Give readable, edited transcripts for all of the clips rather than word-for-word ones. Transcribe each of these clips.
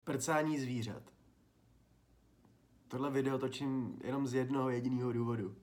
Prcání zvířat. Tohle video točím jenom z jednoho jediného důvodu.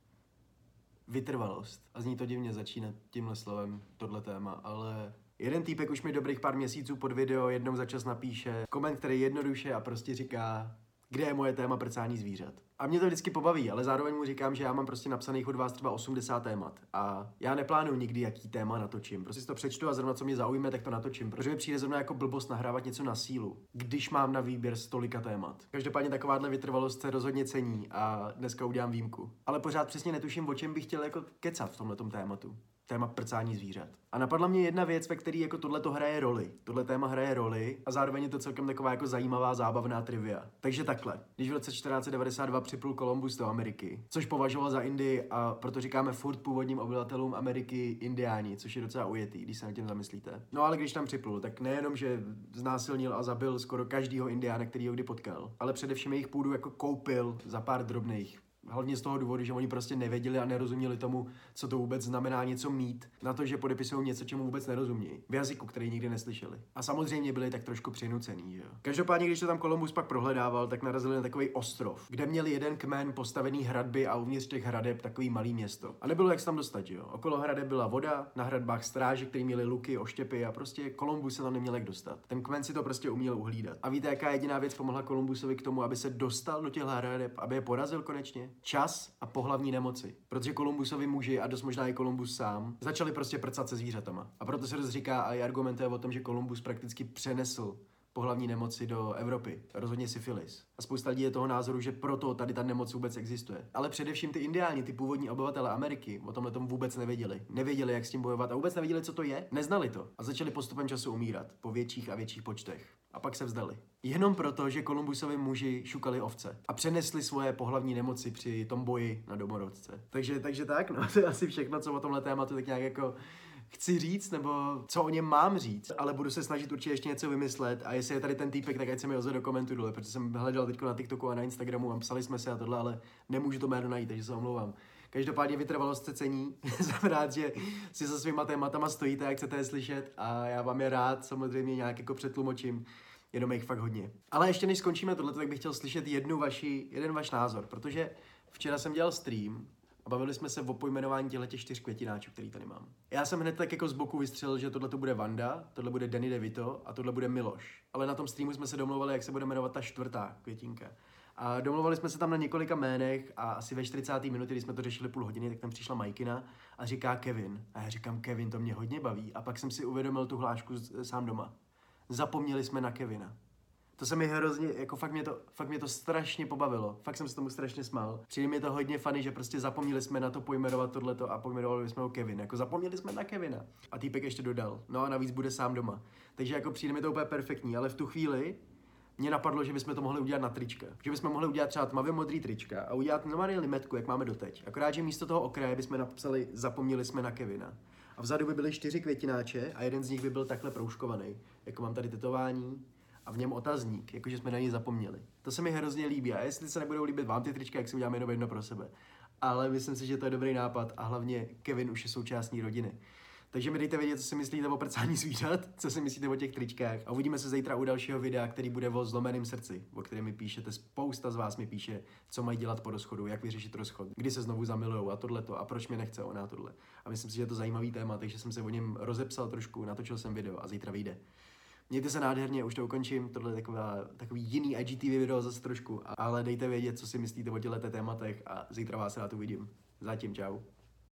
Vytrvalost. A zní to divně začínat tímhle slovem, tohle téma, ale jeden týpek už mi dobrých pár měsíců pod video jednou za čas napíše koment, který jednoduše a prostě říká, kde je moje téma prcání zvířat. A mě to vždycky pobaví, ale zároveň mu říkám, že já mám prostě napsaných od vás třeba 80 témat. A já neplánuju nikdy, jaký téma natočím. Prostě si to přečtu a zrovna co mě zaujme, tak to natočím. Protože mi přijde zrovna jako blbost nahrávat něco na sílu, když mám na výběr z tolika témat. Každopádně takováhle vytrvalost se rozhodně cení a dneska udělám výjimku. Ale pořád přesně netuším, o čem bych chtěl jako kecat v tomhletom tématu. Téma prcání zvířat. A napadla mě jedna věc, ve které jako tohleto hraje roli. Tohle téma hraje roli a zároveň je to celkem taková jako zajímavá, zábavná trivia. Takže takhle. Když v roce 1492 připlul Kolumbus do Ameriky, což považoval za Indii a proto říkáme furt původním obyvatelům Ameriky Indiáni, což je docela ujetý, když se nad tím zamyslíte. No ale když tam připlul, tak nejenom, že znásilnil a zabil skoro každýho Indiána, který ho kdy potkal, ale především jejich půdu jako koupil za pár drobných. Hlavně z toho důvodu, že oni prostě nevěděli a nerozuměli tomu, co to vůbec znamená něco mít, na to, že podepisují něco, čemu vůbec nerozumějí, v jazyku, který nikdy neslyšeli. A samozřejmě byli tak trošku přinucený, že jo. Každopádně, když to tam Kolumbus pak prohledával, tak narazili na takový ostrov, kde měli jeden kmen postavený hradby a uvnitř těch hradeb takový malý město. A nebylo jak se tam dostat, že jo. Okolo hradeb byla voda, na hradbách stráže, který měli luky, oštěpy a prostě Kolumbus se tam neměl jak dostat. Ten kmen si to prostě uměl uhlídat. A víte, jaká jediná věc pomohla Kolumbusovi k tomu, aby se dostal do těch hradeb, aby je porazil konečně? Čas a pohlavní nemoci. Protože Kolumbusovi muži a dost možná i Kolumbus sám začali prostě prcat se zvířatama. A proto se dost říká a i argumentuje o tom, že Kolumbus prakticky přenesl pohlavní nemoci do Evropy. Rozhodně syfilis. A spousta lidí je toho názoru, že proto tady ta nemoc vůbec existuje. Ale především ty Indiáni, ty původní obyvatele Ameriky, o tomhle tomu vůbec nevěděli. Nevěděli, jak s tím bojovat a vůbec nevěděli, co to je. Neznali to. A začali postupem času umírat po větších a větších počtech. A pak se vzdali. Jenom proto, že Kolumbusovi muži šukali ovce a přenesli svoje pohlavní nemoci při tom boji na domorodce. Takže tak, no, to je asi všechno, co o tomhle tématu tak nějak jako chci říct, nebo co o něm mám říct, ale budu se snažit určitě ještě něco vymyslet a jestli je tady ten týpek, tak ať se mi ozve do komentu dole, protože jsem hledal teď na TikToku a na Instagramu a psali jsme se a tohle, ale nemůžu to jméno najít, takže se omlouvám. Každopádně vytrvalost se cení, jsem rád, že si se svýma tématama stojíte, jak chcete je slyšet a já vám je rád samozřejmě nějak jako přetlumočím, jenom jich fakt hodně. Ale ještě než skončíme tohle, tak bych chtěl slyšet jeden váš názor, protože včera jsem dělal stream a bavili jsme se o pojmenování těchto 4 květináčů, který tady mám. Já jsem hned tak jako z boku vystřelil, že tohle to bude Vanda, tohle bude Danny DeVito a tohle bude Miloš. Ale na tom streamu jsme se domluvili, jak se bude jmenovat ta 4. květinka. A domluvili jsme se tam na několika jménech a asi ve 40. minutě, když jsme to řešili půl hodiny, tak tam přišla Majkina a říká Kevin. A já říkám Kevin, to mě hodně baví. A pak jsem si uvědomil tu hlášku sám doma. Zapomněli jsme na Kevina. To se mi hrozně, jako fakt mě to strašně pobavilo. Fakt jsem se tomu strašně smál. Přijde mi to hodně funny, že prostě zapomněli jsme na to pojmenovat tohleto a pojmenovali jsme ho Kevin. Jako zapomněli jsme na Kevina. A týpek ještě dodal. No a navíc bude sám doma. Takže jako přijde mi to úplně perfektní, ale v tu chvíli mě napadlo, že bychom to mohli udělat na trička. Že bychom mohli udělat třeba tmavě modrý trička a udělat normální limetku, jak máme doteď. Akorát, že místo toho okraje bychom napsali zapomněli jsme na Kevina. A vzadu by byly 4 květináče a jeden z nich by byl takhle proužkovaný. Jako mám tady tetování a v něm otazník, jakože jsme na něj zapomněli. To se mi hrozně líbí a jestli se nebudou líbit vám ty trička, jak si uděláme jedno pro sebe. Ale myslím si, že to je dobrý nápad a hlavně Kevin už je součástí rodiny. Takže mi dejte vědět, co si myslíte o prcání zvířat, co si myslíte o těch tričkách a uvidíme se zítra u dalšího videa, který bude o zlomeném srdci, o kterém mi píšete, spousta z vás mi píše, co mají dělat po rozchodu, jak vyřešit rozchod, kdy se znovu zamilujou a tohleto a proč mě nechce ona tohle. A myslím si, že je to zajímavý téma, takže jsem se o něm rozepsal trošku, natočil jsem video a zítra vyjde. Mějte se nádherně, už to ukončím, tohle je takový jiný IGTV video zase trošku, ale dejte vědět, co si myslíte o těchto tématech a zítra vás rád uvidím. Zatím čau.